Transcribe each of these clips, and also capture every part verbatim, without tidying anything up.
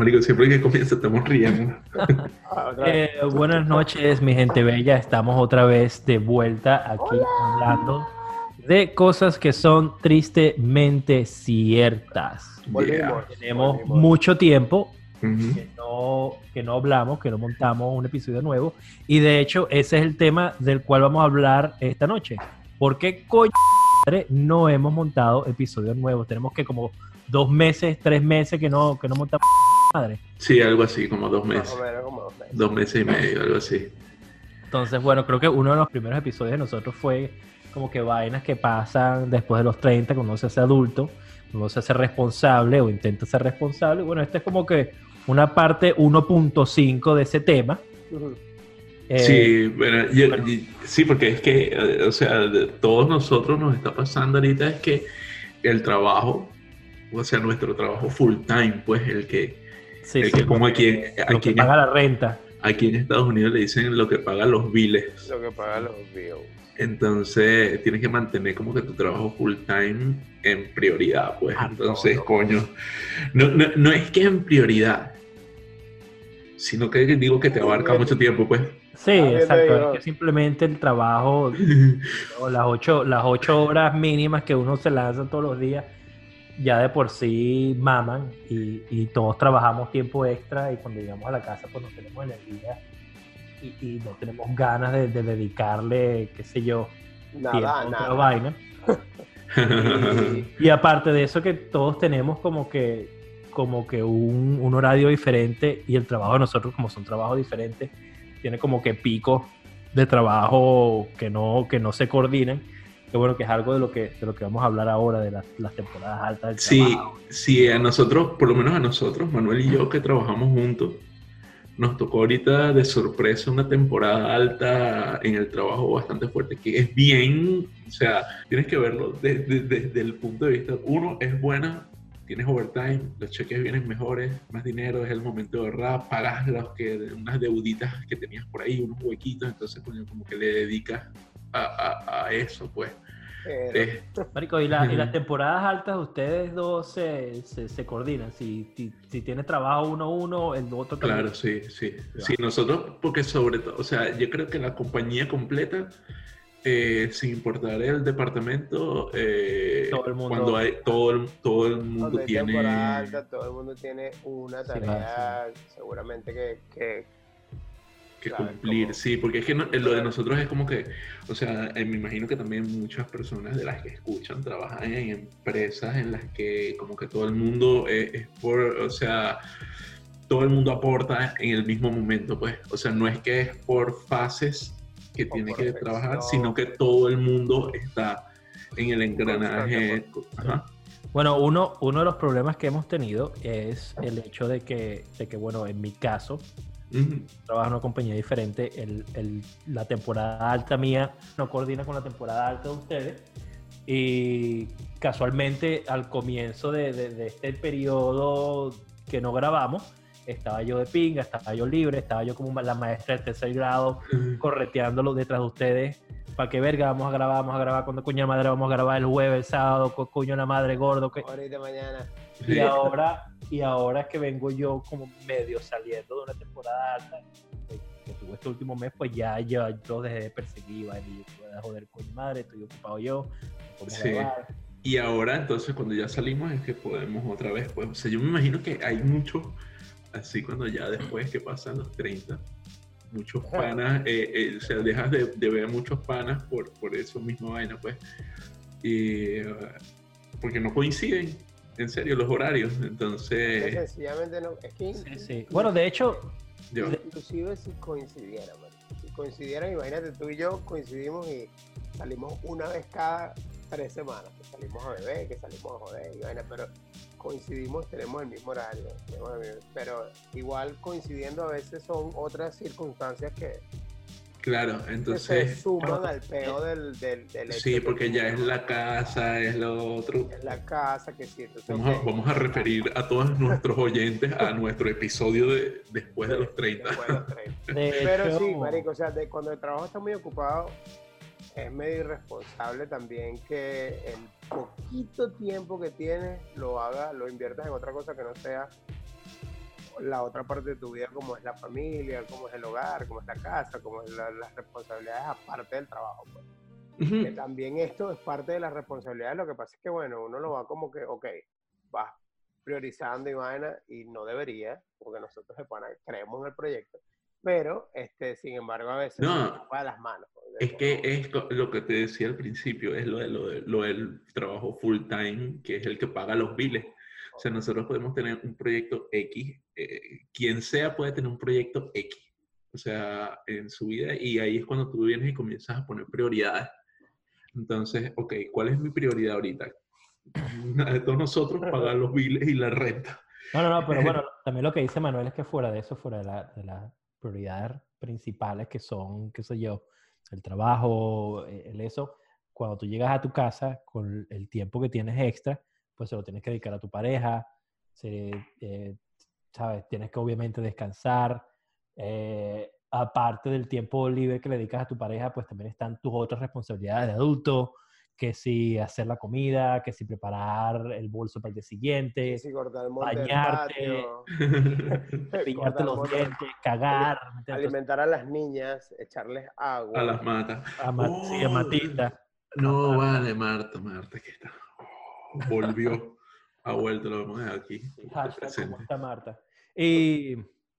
marico, siempre que comienza estamos riendo. Eh, buenas noches, mi gente bella. Estamos otra vez de vuelta aquí hablando de cosas que son tristemente ciertas. Volvimos. Tenemos volvimos. mucho tiempo Ujú. que no, que no hablamos, que no montamos un episodio nuevo. Y de hecho, ese es el tema del cual vamos a hablar esta noche. ¿Por qué coño madre no hemos montado episodios nuevos? Tenemos que como dos meses, tres meses que no, que no montamos madre. Sí, algo así, como dos Más meses. o menos como dos meses. Dos meses y medio, algo así. Entonces, bueno, creo que uno de los primeros episodios de nosotros fue como que vainas que pasan después de los treinta, cuando uno se hace adulto, cuando uno se hace responsable o intenta ser responsable. Bueno, este es como que una parte uno punto cinco de ese tema. Ujú. Eh, Sí, bueno, yo- bueno. y- sí, porque es que, eh, o sea, de todos nosotros nos está pasando ahorita es que el trabajo, o sea, nuestro trabajo full time, pues el que, sí, el sí, que como lo aquí, que- aquí, lo que en, paga la renta. aquí en Estados Unidos le dicen lo que pagan los biles. Lo que pagan los bills. Entonces tienes que mantener como que tu trabajo full time en prioridad, pues. Ah, Entonces, no, no. coño, no, no, no es que en prioridad, sino que digo que te abarca mucho tiempo, pues. Sí, Ah, bien, exacto. digo. Es que simplemente el trabajo, ¿no? las ocho, las ocho horas mínimas que uno se lanza todos los días, ya de por sí maman y, y todos trabajamos tiempo extra y cuando llegamos a la casa pues no tenemos energía y, y no tenemos ganas de, de dedicarle, qué sé yo, tiempo Nada, a otra nada. vaina. Y, y aparte de eso que todos tenemos como que, como que un, un horario diferente y el trabajo de nosotros como son trabajos diferentes, tiene como que picos de trabajo que no, que no se coordinan. Que bueno, que es algo de lo que, de lo que vamos a hablar ahora, de las, las temporadas altas del Sí, trabajo. sí, a nosotros, por lo menos a nosotros, Manuel y yo que trabajamos juntos, nos tocó ahorita de sorpresa una temporada alta en el trabajo bastante fuerte, que es bien, o sea, tienes que verlo desde, desde el punto de vista, uno, es buena, tienes overtime, los cheques vienen mejores, más dinero, es el momento de ahorrar, pagas los que, unas deuditas que tenías por ahí, unos huequitos, entonces coño, como que le dedicas a, a, a eso, pues. Pero, Eh, Marico, y, la- y las temporadas altas, ustedes dos se, se, se coordinan. Si, si, si tienes trabajo uno a uno, el otro también. Claro, sí, sí. Sí, nosotros, porque sobre todo, o sea, yo creo que la compañía completa, eh, sin importar el departamento, eh, Todo el mundo- cuando hay, todo el, todo el mundo cuando hay tiene... temporada alta, todo el mundo tiene una Sí, tarea seguramente que, que que ¿sabes? cumplir, Como- sí, porque es que no- lo de nosotros es como que, o sea, eh, me imagino que también muchas personas de las que escuchan trabajan en empresas en las que como que todo el mundo eh, es por, o sea, todo el mundo aporta en el mismo momento, pues, o sea, no es que es por fases que O tiene por que afección. trabajar, sino que todo el mundo está en el engranaje. Ajá. Bueno, uno, uno de los problemas que hemos tenido es el hecho de que, de que bueno, en mi caso, Ujú. trabajo en una compañía diferente, el, el- la temporada alta mía no coordina con la temporada alta de ustedes. Y casualmente al comienzo de, de- de este periodo que no grabamos, estaba yo de pinga, estaba yo libre, estaba yo como la maestra del tercer grado correteándolo detrás de ustedes. ¿Para qué verga vamos a grabar? Vamos a grabar cuando coño la madre vamos a grabar el jueves, el sábado, co- coño la madre gordo. Que... ahorita mañana. Y ahora, y ahora es que vengo yo como medio saliendo de una temporada alta que, que tuve este último mes, pues ya yo, yo dejé de perseguir, vaina, y yo voy a joder coño madre, estoy ocupado yo, no podemos Sí. grabar. Y ahora, entonces, cuando ya salimos, es que podemos otra vez, pues, o sea, yo me imagino que hay muchos, así cuando ya después que pasan los treinta, muchos panas, eh, eh, o sea, dejas de, de ver muchos panas por, por eso mismo vaina, pues, y, uh, porque no coinciden, en serio, los horarios, Que entonces, sencillamente no. Es que Sí, sí. Bueno, de hecho, yo, inclusive si coincidieran, man. Si coincidieran, imagínate, tú y yo coincidimos y salimos una vez cada tres semanas, que salimos a beber, que salimos a joder, y vaina, pero coincidimos, tenemos el mismo horario, tenemos el mismo- pero igual coincidiendo a veces son otras circunstancias que, claro, que se entonces, suman al peo del, del, del hecho sí, de porque que ya es la casa, es lo otro. es la casa, que sí, entonces, Vamos a, ok, vamos a referir a todos nuestros oyentes a nuestro episodio de después de los treinta. después de los treinta. de Pero hecho, sí, marico, o sea, de, cuando el trabajo está muy ocupado, es medio irresponsable también que el poquito tiempo que tienes lo haga, lo inviertas en otra cosa que no sea la otra parte de tu vida, como es la familia, como es el hogar, como es la casa, como es la, las responsabilidades aparte del trabajo, pues. Ujú. Que también esto es parte de las responsabilidades, lo que pasa es que, bueno, uno lo va como que, ok, vas priorizando y vaina, y no debería, porque nosotros de pana creemos en el proyecto, pero, este, sin embargo, a veces se No, nos va de las manos. Pues, es después, que ¿no? es co- lo que te decía al principio, es lo, de, lo, de- lo del trabajo full time, que es el que paga los biles. O sea, nosotros podemos tener un proyecto X, eh, quien sea puede tener un proyecto X, o sea, en su vida, y ahí es cuando tú vienes y comienzas a poner prioridades. Entonces, ok, ¿cuál es mi prioridad ahorita? Una de todos nosotros pagar los biles y la renta. No, no, no, pero bueno, también lo que dice Manuel es que fuera de eso, fuera de, la, de las prioridades principales que son, qué sé yo, el trabajo, eh, el eso, cuando tú llegas a tu casa con el tiempo que tienes extra, pues se lo tienes que dedicar a tu pareja, se, eh, ¿sabes? Tienes que obviamente descansar. eh, aparte del tiempo libre que le dedicas a tu pareja, pues también están tus otras responsabilidades de adulto, que si hacer la comida, que si preparar el bolso para el día Que siguiente, si cortar el monte del bañarte, patio, cepillarte cortar el los monte, dientes, ali- cagar, ¿me entiendes? Entonces, alimentar a las niñas, echarles A agua. las matas. a, Ma- sí, a ¡Oh! Matilda, a No, Marta, vale, Marta, Marta, que está. Oh, volvió. Ha vuelto, lo vamos a dejar aquí. sí, De hashtag como presente. está Marta. Y,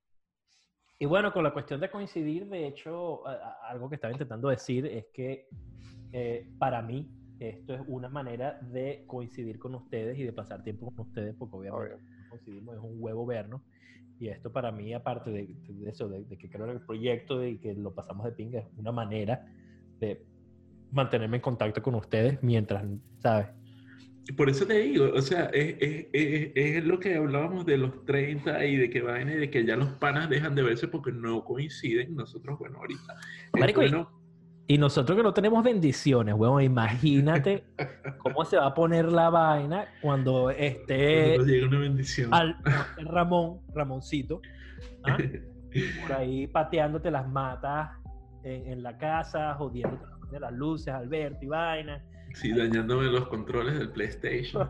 y bueno, con la cuestión de coincidir, de hecho, a- a- algo que estaba intentando decir es que eh, para mí esto es una manera de coincidir con ustedes y de pasar tiempo con ustedes, porque obviamente Obvio. no coincidimos, es un huevo vernos. Y esto para mí, aparte de, de eso, de, de que creo en el proyecto y que lo pasamos de pinga, es una manera de mantenerme en contacto con ustedes mientras, ¿sabes? Por eso te digo, o sea, es, es, es, es lo que hablábamos de los treinta y de que vaina y de que ya los panas dejan de verse porque no coinciden. Nosotros, bueno, ahorita es Marico, y, bueno. y nosotros que no tenemos bendiciones, weón, imagínate cómo se va a poner la vaina cuando Cuando esté nos llega una bendición. al, cuando esté Ramón, Ramoncito, ¿ah? Por ahí pateándote las matas en, en la casa, jodiéndote de las luces, Alberto y vaina. Sí, dañándome los controles del PlayStation.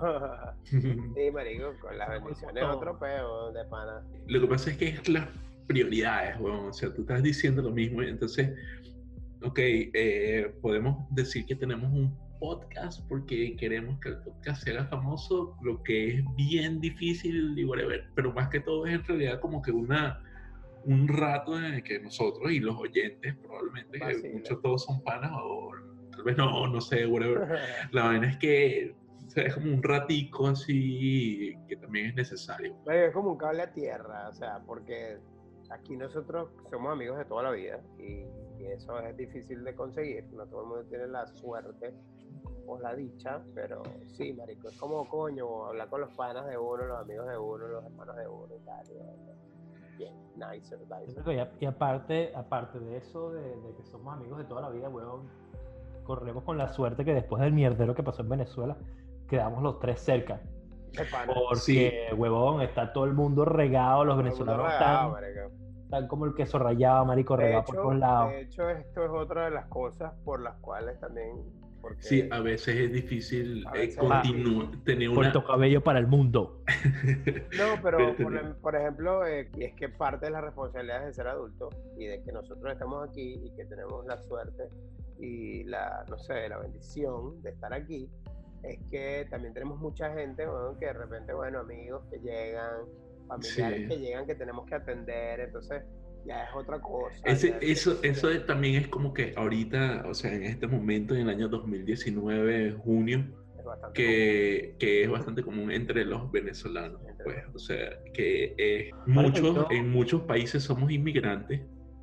Sí, marico, con las Somos bendiciones todos. otro peo de pana. Lo que pasa es que es las prioridades, weón. O sea, tú estás diciendo lo mismo y entonces, ok, eh, podemos decir que tenemos un podcast porque queremos que el podcast se haga famoso, lo que es bien difícil y whatever, pero más que todo es en realidad como que una, un rato en el que nosotros y los oyentes, probablemente, que Vacila. muchos todos son panas o tal vez no, no sé, whatever. La vaina es que o sea, es como un ratico así que también es necesario. Marico, es como un cable a tierra, o sea, porque aquí nosotros somos amigos de toda la vida y, y eso es difícil de conseguir. No todo el mundo tiene la suerte o la dicha, pero sí, marico, es como coño, hablar con los panas de uno, los amigos de uno, los hermanos de uno y tal. y- Bien, nicer, nicer. Y, y aparte, aparte de eso, de, de que somos amigos de toda la vida, weón, corremos con la suerte que después del mierdero que pasó en Venezuela, quedamos los tres cerca. De pana. Porque, huevón, está todo el mundo regado, los Todo el mundo venezolanos regado, están, marico. están como el queso rallado, marico, De regado por todos hecho, lados. de hecho, esto es otra de las cosas por las cuales también. Porque Sí, a veces es difícil A eh, veces es continuar, difícil. tener una... Puerto Cabello para el mundo. No, pero Pero por, tener- em- por ejemplo, eh, y es que parte de las responsabilidades de ser adulto y de que nosotros estamos aquí y que tenemos la suerte y la, no sé, la bendición de estar aquí, es que también tenemos mucha gente, bueno, que de repente, bueno, amigos que llegan, familiares Sí. que llegan que tenemos que atender, entonces ya es otra cosa. Ese, ya- eso, eso es- también es como que ahorita, o sea, en este momento, en el año dos mil diecinueve, junio, es bastante que, que es bastante común entre los venezolanos, Entre pues, los- o sea, que eh, Marico, muchos, yo- en muchos países somos inmigrantes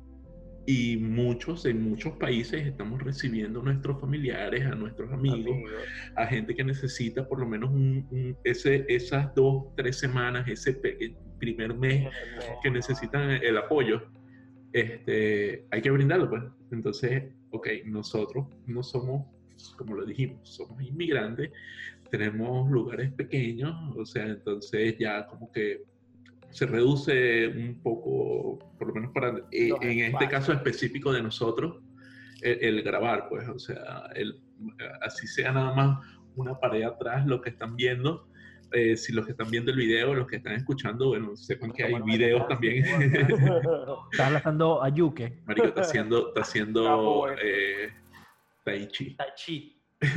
y muchos, en muchos países estamos recibiendo a nuestros familiares, a nuestros amigos, amigos. a gente que necesita por lo menos un, un- ese, esas dos, tres semanas, ese pe- primer mes que necesitan el apoyo, este, hay que brindarlo, pues. Entonces, ok, nosotros no somos, como lo dijimos, somos inmigrantes, tenemos lugares pequeños, o sea, entonces ya como que se reduce un poco, por lo menos para, eh, Los en este espacios. caso específico de nosotros, el, el grabar, pues, o sea, el, así sea nada más una pared atrás lo que están viendo, eh, si los que están viendo el video, los que están escuchando, bueno, sepan que hay Bueno, videos bueno, también. Estás lanzando a Yuke. Marico, está haciendo, está haciendo Capo, güey. eh, Tai Chi. Tai Chi.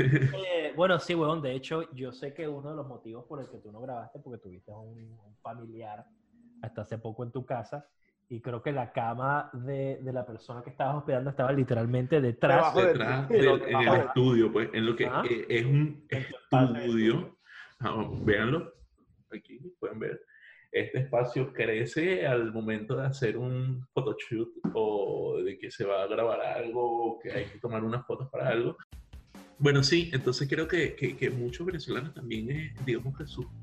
Eh, bueno, sí, weón. De hecho, yo sé que uno de los motivos por el que tú no grabaste, porque tuviste un, un familiar hasta hace poco en tu casa, y creo que la cama de, de la persona que estabas hospedando estaba literalmente detrás. Debajo de- Detrás del- en el Ajá. estudio, pues, en lo que Ajá. eh, es un En tu espacio de estudio. Ah, véanlo, aquí pueden ver. Este espacio crece al momento de hacer un photoshoot o de que se va a grabar algo, o que hay que tomar unas fotos para algo. Bueno, sí, entonces creo que, que, que muchos venezolanos también, eh, digamos que sus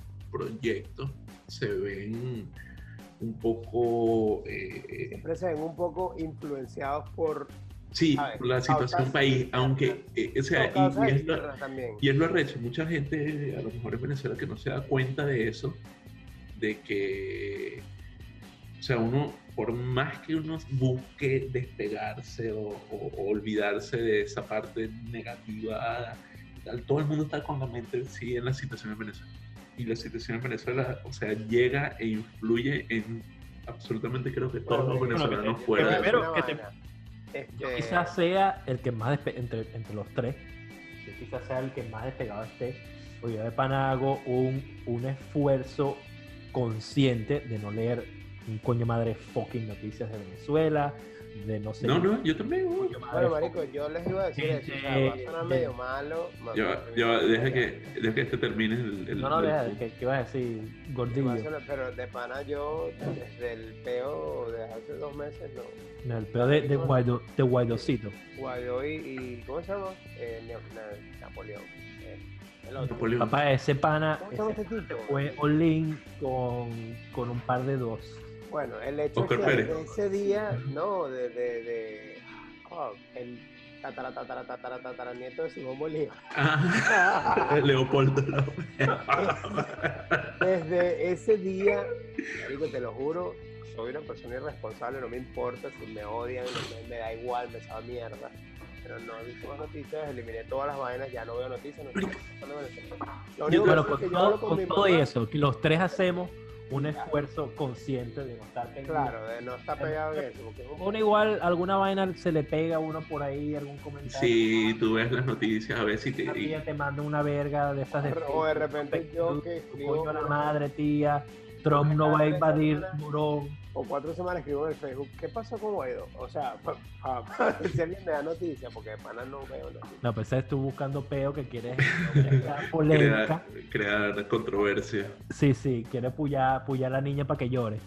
proyectos se ven un poco... eh, Siempre se ven un poco influenciados por sí, a ver, por la situación causas país, externas. aunque, eh, o sea, no, causas y, y es lo, externas también. y es lo arrecho, mucha gente, a lo mejor en Venezuela, que no se da cuenta de eso, de que, o sea, uno, por más que uno busque despegarse o, o- o olvidarse de esa parte negativa, tal, todo el mundo está con la mente sí en la situación en Venezuela. Y la situación en Venezuela, o sea, llega e influye en absolutamente creo que todos los Bueno, venezolanos que- fuera Te voy a de decir Primero, una que te- vaina. Yo Este, quizás sea el que más despe- entre, entre los tres, yo quizás sea el que más despegado esté, porque yo de pana hago un, un esfuerzo consciente de no leer un coño madre fucking noticias de Venezuela, de no sé. No, no, yo también. uy. coño madre Bueno, marico, fucking- yo les iba a decir eso, o sea, va a sonar Eh, medio malo. ma- Ya va, ya va, deja que, deja que este termine el... el- No, no, el deja, punto. ¿qué, qué vas a decir? va a Gordillo. sonar- pero de pana yo, desde el peo de hace dos meses, no. No, el peor de, de, Guaido, de Guaidocito. Guaidó y, y ¿cómo se llama? Eh, Neo- Na- Napoleón. Eh, el otro. Napoleón. Papá, ese pana ¿Cómo se llama ese este tipo? fue all-in con, con un par de dos. Bueno, el hecho Oscar es que Pérez. de ese día, no, de, de, de oh, el tatara, tatara, tatara, tatara, nieto de Simón Bolívar. Ah, Leopoldo López. Desde ese día, marico, te lo juro, soy una persona irresponsable, no me importa si me odian, no me, me da igual, me sabe mierda. Pero no he visto más noticias, eliminé todas las vainas, ya no veo noticias, no estoy pensando en Venezuela. Lo único Bueno, que con sé es que yo hablo todo, con mi con todo mamá, eso, que los tres hacemos un esfuerzo consciente de no estar pendiente. claro, de no estar pegado en eso, porque es un Uno igual, alguna vaina se le pega a uno por ahí, algún comentario. Sí, tú ves las noticias, a ver si te... Una tía te manda una verga de estas de O de Facebook, repente yo que tu escribo coño a la una- madre, tía. Trump no va a invadir Morón. o cuatro semanas escribo en el Facebook, ¿qué pasó con Guaidó? O sea, pa- pa- pa- si alguien me da noticia, porque de pana no veo noticias. No, pues tú buscando peo que quieres crear polémica. crear, crear controversia. Sí, sí, quiere puyar, puyar a la niña para que llore.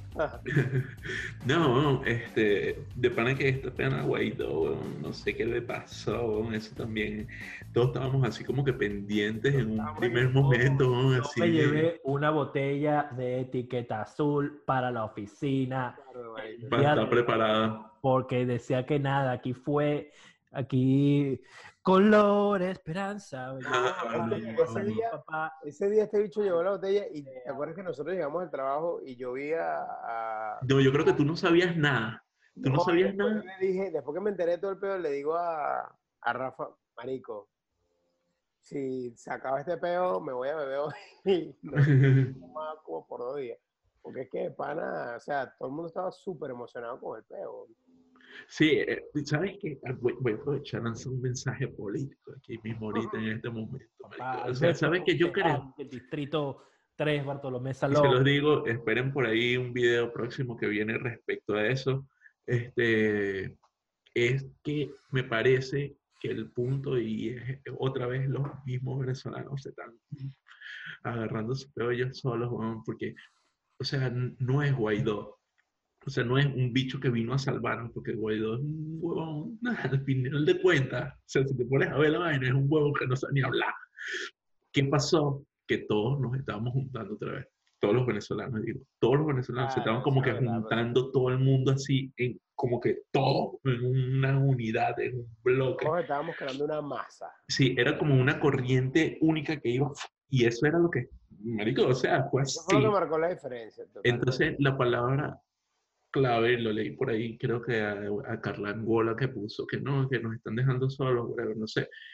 No, este, de pana que esta pena Guaidó, weón, no sé qué le pasó, weón, eso también, todos estábamos así como que pendientes en un Estábamos primer en todo. momento, weón, Yo así. me llevé una botella de etiqueta azul para la oficina Claro, marico. Para estar preparada. porque decía que nada, aquí fue, aquí color, esperanza. Ah, no, ese día- papá. Ese día este bicho llevó la botella y te acuerdas que nosotros llegamos al trabajo y yo vi a... a- No, yo creo que tú no sabías nada. Tú no sabías después nada. Le dije, después que me enteré de todo el pedo, le digo a, a Rafa, marico, si se acaba este pedo, me voy a beber hoy y no más como por dos días. Porque es que de pana, o sea, todo el mundo estaba súper emocionado con el pedo. Sí, eh, ¿sabes qué? Ah, Voy, voy a aprovechar a lanzar un mensaje político aquí mismo ahorita en este momento. marico. Papá, O sea, ¿sabes qué? Yo concejal creo, del distrito tres, Bartolomé y se Salón. los digo, esperen por ahí un video próximo que viene respecto a eso. Este, es que me parece que el punto, y es otra vez los mismos venezolanos se están agarrando su peo ellos solos, weón, porque, o sea, n- no es Guaidó. O sea, no es un bicho que vino a salvarnos, porque Guaidó es un huevón, al final de cuentas. O sea, si te pones a ver la vaina, es un huevón que no sabe ni hablar. ¿Qué pasó? Que todos nos estábamos juntando otra vez. Todos los venezolanos, digo, todos los venezolanos se Claro, estaban como eso que es verdad, juntando todo el mundo así, en, como que todo en una unidad, en un bloque. Todos estábamos creando una masa. Sí, era como una corriente única que iba, y eso era lo que, marico, o sea, pues Eso fue sí. lo que marcó la diferencia. totalmente. Entonces, la palabra clave, lo leí por ahí, creo que a, a Carla Angola que puso que no, que nos están dejando solos, whatever, no sé.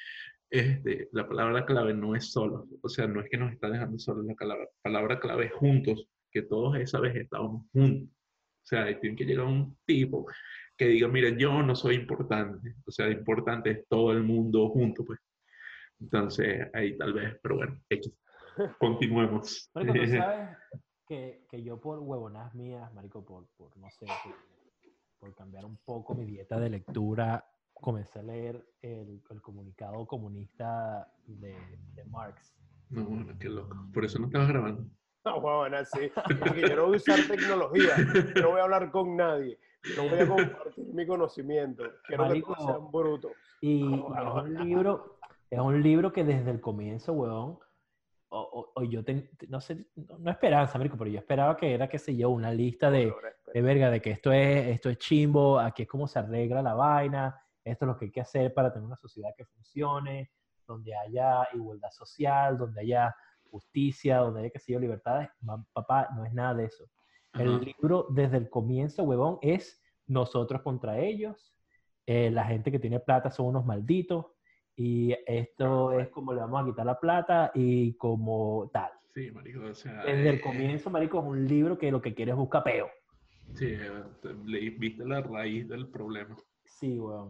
este, la palabra clave no es solo, o sea, no es que nos está dejando solos, la palabra, palabra clave es juntos, que todos esa vez estábamos juntos. O sea, y tiene que llegar un tipo que diga, miren, yo no soy importante, o sea, importante es todo el mundo junto, pues. Entonces, ahí tal vez, pero bueno, X. Continuemos. Marico, tú sabes que, que yo por huevonadas mías, marico, por, por no sé, por, por cambiar un poco mi dieta de lectura, comencé a leer el, el comunicado comunista de, de Marx. No, bueno, qué loco. Por eso no estabas grabando. No, bueno, sí. Porque yo no voy a usar tecnología, yo no voy a hablar con nadie, yo no voy a compartir mi conocimiento. Quiero Marico, que todos sean brutos. Y, No, y es no, un libro, es un libro que desde el comienzo, huevón, o, o, o yo ten, no sé, no, no esperanza, marico, pero yo esperaba que era, qué sé yo, una lista de, de verga, de que esto es, esto es chimbo, aquí es como se arregla la vaina, esto es lo que hay que hacer para tener una sociedad que funcione, donde haya igualdad social, donde haya justicia, donde haya, qué sé yo, libertades. Papá, no es nada de eso. Ajá. El libro, desde el comienzo, huevón, es nosotros contra ellos, eh, la gente que tiene plata son unos malditos, y esto es como le vamos a quitar la plata y como tal. Sí, marico, o sea... Desde eh, el comienzo, marico, es un libro que lo que quiere es buscar peo. Sí, le, viste la raíz del problema. Sí, weón.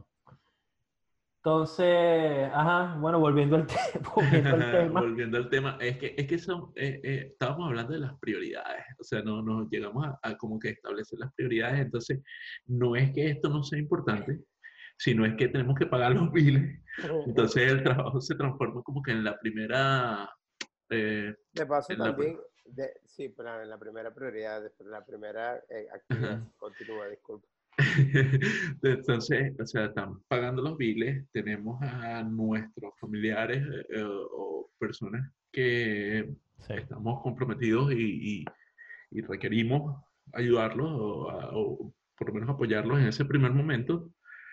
Entonces, ajá, bueno, volviendo al, te volviendo al tema. Volviendo al tema, es que, es que son, eh, eh, estábamos hablando de las prioridades, o sea, no nos llegamos a, a como que establecer las prioridades, entonces no es que esto no sea importante, sino es que tenemos que pagar los biles, entonces el trabajo se transforma como que en la primera... Eh, de paso en la, también, de, sí, pero en la primera prioridad, la primera eh, actividad, ajá. Continúa, disculpa. Entonces, o sea, están pagando los biles, tenemos a nuestros familiares eh, o personas que Sí. estamos comprometidos y, y, y requerimos ayudarlos o, a, o por lo menos apoyarlos en ese primer momento.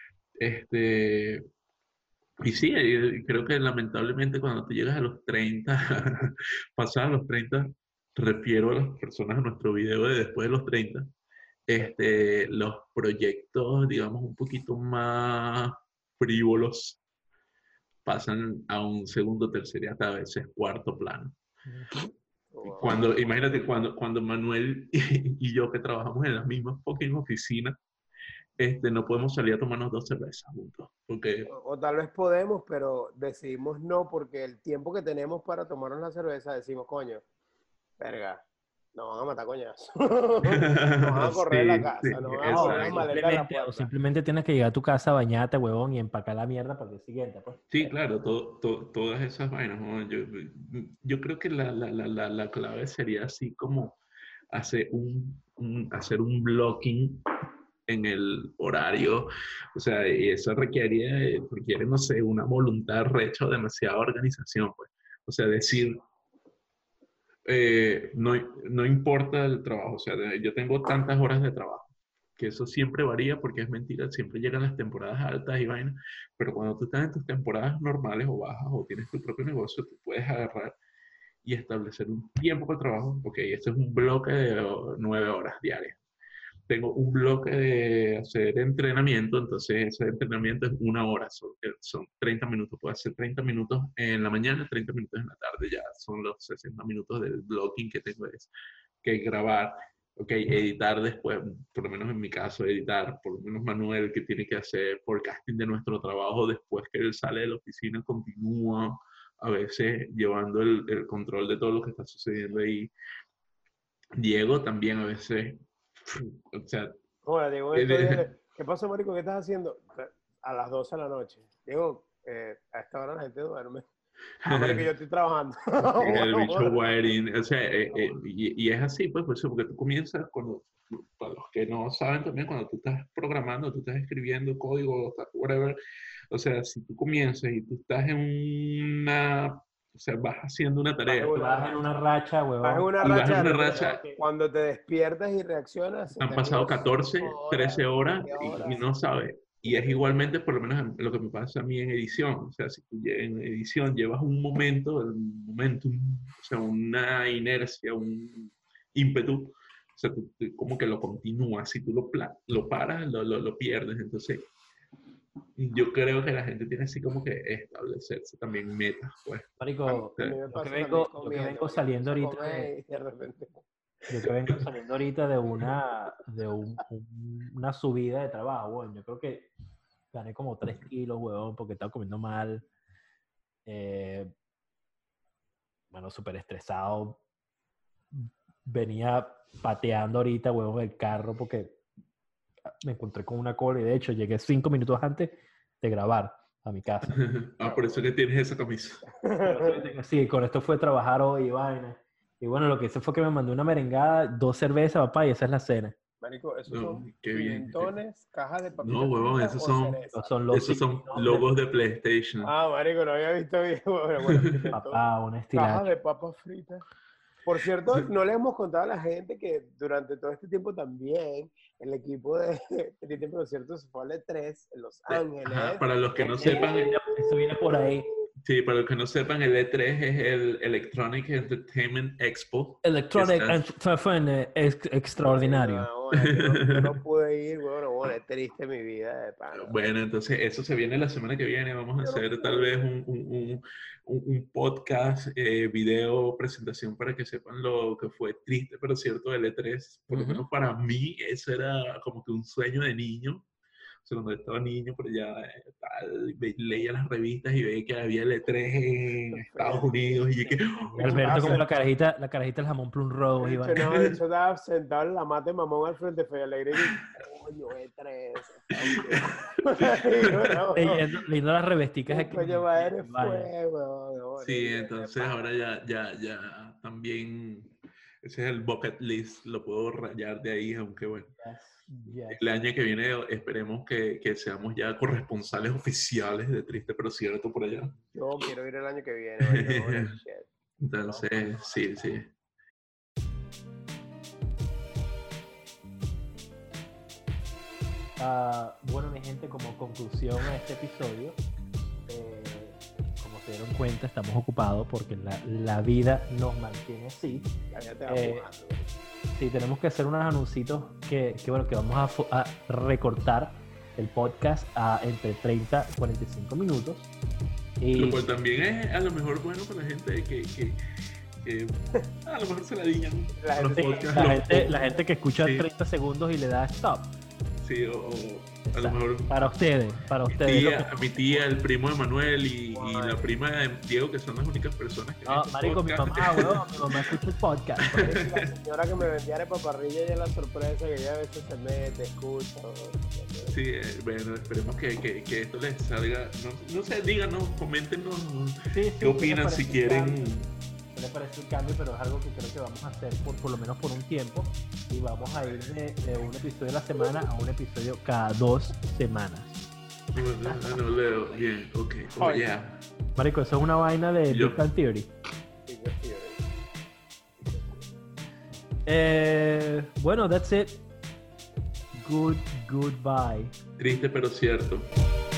Este, y sí, eh, creo que lamentablemente cuando tú llegas a los treinta, pasas a los treinta, refiero a las personas a nuestro video de después de los treinta, este, los proyectos, digamos, un poquito más frívolos pasan a un segundo, tercer y hasta a veces cuarto plano. Wow. Cuando, imagínate, cuando, cuando Manuel y, y yo que trabajamos en la misma fucking oficina, este, no podemos salir a tomarnos dos cervezas juntos. Porque... O, o tal vez podemos, pero decidimos no, porque el tiempo que tenemos para tomarnos la cerveza, decimos, coño, verga, nos van a matar coñazo. Nos van a correr sí, la casa, sí, nos van a poner la maleta en la puerta. O simplemente tienes que llegar a tu casa, bañarte, huevón, y empacar la mierda para el día siguiente, pues. Sí, claro, todo, todo, todas esas vainas, ¿no? Yo, yo creo que la, la, la, la clave sería así como hacer un, un, hacer un blocking en el horario, o sea, y eso requiere, requiere, no sé, una voluntad recha o demasiada organización, pues. O sea, decir, eh, no, no importa el trabajo, o sea, yo tengo tantas horas de trabajo, que eso siempre varía porque es mentira, siempre llegan las temporadas altas y vainas, pero cuando tú estás en tus temporadas normales o bajas o tienes tu propio negocio, tú puedes agarrar y establecer un tiempo para el trabajo, ok, este es un bloque de nueve horas diarias. Tengo un bloque de hacer entrenamiento, entonces ese entrenamiento es una hora, son, son treinta minutos, puedo hacer treinta minutos en la mañana, treinta minutos en la tarde, ya son los sesenta minutos del blocking que tengo es que grabar, ok, editar después, por lo menos en mi caso, editar, por lo menos Manuel que tiene que hacer forecasting de nuestro trabajo después que él sale de la oficina, continúa a veces llevando el, el control de todo lo que está sucediendo ahí. Diego también a veces... O sea, Hola, Diego, eh, ¿qué pasa, marico? ¿Qué estás haciendo? A las doce de la noche. Diego, eh, a esta hora la gente duerme. Ah, marico, yo estoy trabajando. El bicho wiring, o sea, eh, eh, y, y es así, pues, pues, porque tú comienzas, cuando, para los que no saben también, cuando tú estás programando, tú estás escribiendo código, whatever, o sea, si tú comienzas y tú estás en una... O sea, vas haciendo una tarea. Vas en una racha, huevón. Vas en una y racha. Vas en una racha. Cuando te despiertas y reaccionas. Han pasado catorce, trece horas y, y no sabes. Y es igualmente, por lo menos, lo que me pasa a mí en edición. O sea, si tú en edición llevas un momento, un momentum, o sea, una inercia, un ímpetu, o sea, tú, tú como que lo continúas. Si tú lo, lo paras, lo, lo, lo pierdes. Entonces, yo creo que la gente tiene así como que establecerse también metas, pues. Marico, A mí me yo que pasa vengo, también yo que comiendo, vengo marico, saliendo empiezo a ahorita comer de, y de repente... yo que vengo saliendo ahorita de una, de un- un- una subida de trabajo, bueno, yo creo que gané como tres kilos, huevón, porque estaba comiendo mal. Eh, bueno, súper estresado. Venía pateando ahorita, huevón, el carro porque me encontré con una cola y de hecho llegué cinco minutos antes de grabar a mi casa. Ah, por eso que tienes esa camisa. Sí, con esto fue trabajar hoy y vaina. Y bueno, lo que hice fue que me mandé una merengada, dos cervezas, papá, y esa es la cena. Marico, ¿esos No, son qué bien. pimentones, cajas de No, papitas huevón, fritas esos o son, cereza? Esos son los esos son signos de- logos de PlayStation. Ah, marico, no había visto bien. Bueno, bueno, pimentón. Papá, un Cajas estilacho. de papas fritas. Por cierto, Sí. no le hemos contado a la gente que durante todo este tiempo también el equipo de Triste Pero Cierto se fue al E tres en Los Ángeles. Ajá, para los que no Eh, sepan, eh, Eso viene por ahí. sí, para los que no sepan, el E tres es el Electronic Entertainment Expo. Electronic Está- and fue eh, ex- extraordinario. No, bueno, yo, no, yo no pude ir, bueno, bueno, es triste mi vida de pana. Bueno, entonces eso se viene la semana que viene. Vamos a Yo no hacer pude. tal vez un, un, un, un- un podcast, eh, video, presentación para que sepan lo que fue triste, pero cierto, del E tres. Por lo Ujú. menos para mí, eso era como que un sueño de niño. O sea, cuando yo estaba niño, pero ya eh, tal, ve- leía las revistas y veía que había el E tres en Estados Unidos y yo que, Y Alberto como la carajita, la carajita del jamón plum rojo y Yo, vaina. no, yo estaba sentado en la mata de mamón al frente de Fe Alegre y coño, E tres. leyendo, leyendo las revesticas de Coño, madre Vaya. fue, weón, no, sí, no, entonces de pana. ahora ya, ya, ya también, ese es el bucket list, lo puedo rayar de ahí, aunque bueno. Yes, yes. El año que viene esperemos que, que seamos ya corresponsales oficiales de Triste pero Cierto por allá. Yo quiero ir el año que viene, marico, holy shit. Entonces, sí, sí. Ah, bueno, mi gente, como conclusión a este episodio, eh, como se dieron cuenta, estamos ocupados porque la, la vida nos mantiene así. Ya, ya te va Eh, mojando. Sí, tenemos que hacer unos anuncios que, que, bueno, que vamos a, fo- a recortar el podcast a entre treinta y cuarenta y cinco minutos. Y Lo cual también es a lo mejor bueno para la gente que, que, que a lo mejor se la digan. La los gente- podcasts, la, los gente, podcasts, la gente que escucha sí. treinta segundos y le da stop. Sí, o, o a lo Exacto. mejor Para ustedes, para mi ustedes. tía, lo que- mi tía, el primo de Manuel y, y la prima de Diego, que son las únicas personas que ven No, este marico, mi podcast. mamá, weón, mi mamá escucha el podcast. La señora que me vendía de paparrilla y es la sorpresa que ella a veces se mete, escucha. Sí, eh, bueno, esperemos que, que, que esto les salga. No, no sé, díganos, coméntenos Sí, sí, qué opinan les si parece el quieren. cambio? ¿Qué les parece el cambio? Pero es algo que creo que vamos a hacer por, por lo menos por un tiempo. Y vamos a ir de, de un episodio a la semana a un episodio cada dos semanas. No, no, no, leo. Bien, ok. Oh, Oye. yeah. Marico, eso es una vaina de Yo- Big Bang Theory. Sí, yo sí, yo sí. Eh, bueno, that's it. Good, goodbye. Triste pero cierto.